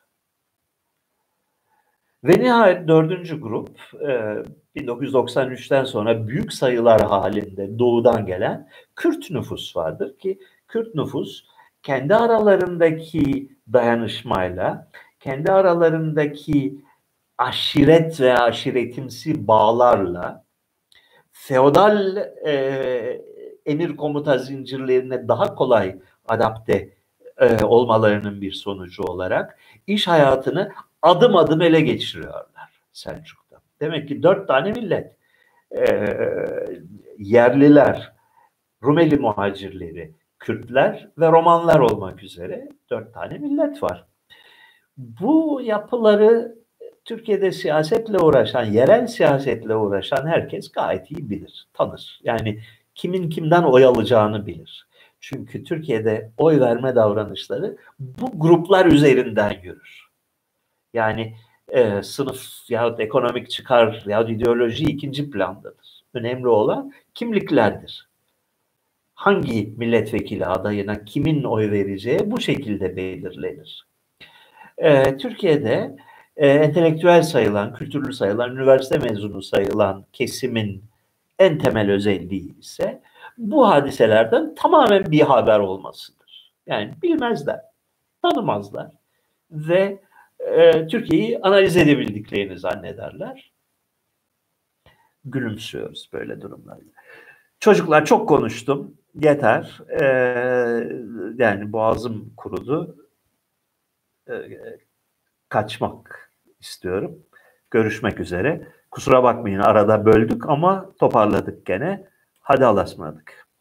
Ve nihayet dördüncü grup, bin dokuz yüz doksan üçten sonra büyük sayılar halinde doğudan gelen Kürt nüfus vardır ki Kürt nüfus kendi aralarındaki dayanışmayla, kendi aralarındaki aşiret ve aşiretimsi bağlarla, feodal e, emir komuta zincirlerine daha kolay adapte e, olmalarının bir sonucu olarak iş hayatını adım adım ele geçiriyorlar Selçuk'ta. Demek ki dört tane millet, e, yerliler, Rumeli muhacirleri, Kürtler ve Romanlar olmak üzere dört tane millet var. Bu yapıları Türkiye'de siyasetle uğraşan, yerel siyasetle uğraşan herkes gayet iyi bilir, tanır. Yani kimin kimden oy alacağını bilir. Çünkü Türkiye'de oy verme davranışları bu gruplar üzerinden yürür. Yani e, sınıf yahut ekonomik çıkar yahut ideoloji ikinci plandadır. Önemli olan kimliklerdir. Hangi milletvekili adayına kimin oy vereceği bu şekilde belirlenir. Ee, Türkiye'de e, entelektüel sayılan, kültürlü sayılan, üniversite mezunu sayılan kesimin en temel özelliği ise bu hadiselerden tamamen bir haber olmasıdır. Yani bilmezler, tanımazlar ve e, Türkiye'yi analiz edebildiklerini zannederler. Gülümsüyoruz böyle durumlarda. Çocuklar çok konuştum, yeter. Ee, yani boğazım kurudu. Ee, kaçmak istiyorum. Görüşmek üzere. Kusura bakmayın arada böldük ama toparladık gene. Hadi Allah'a ısmarladık.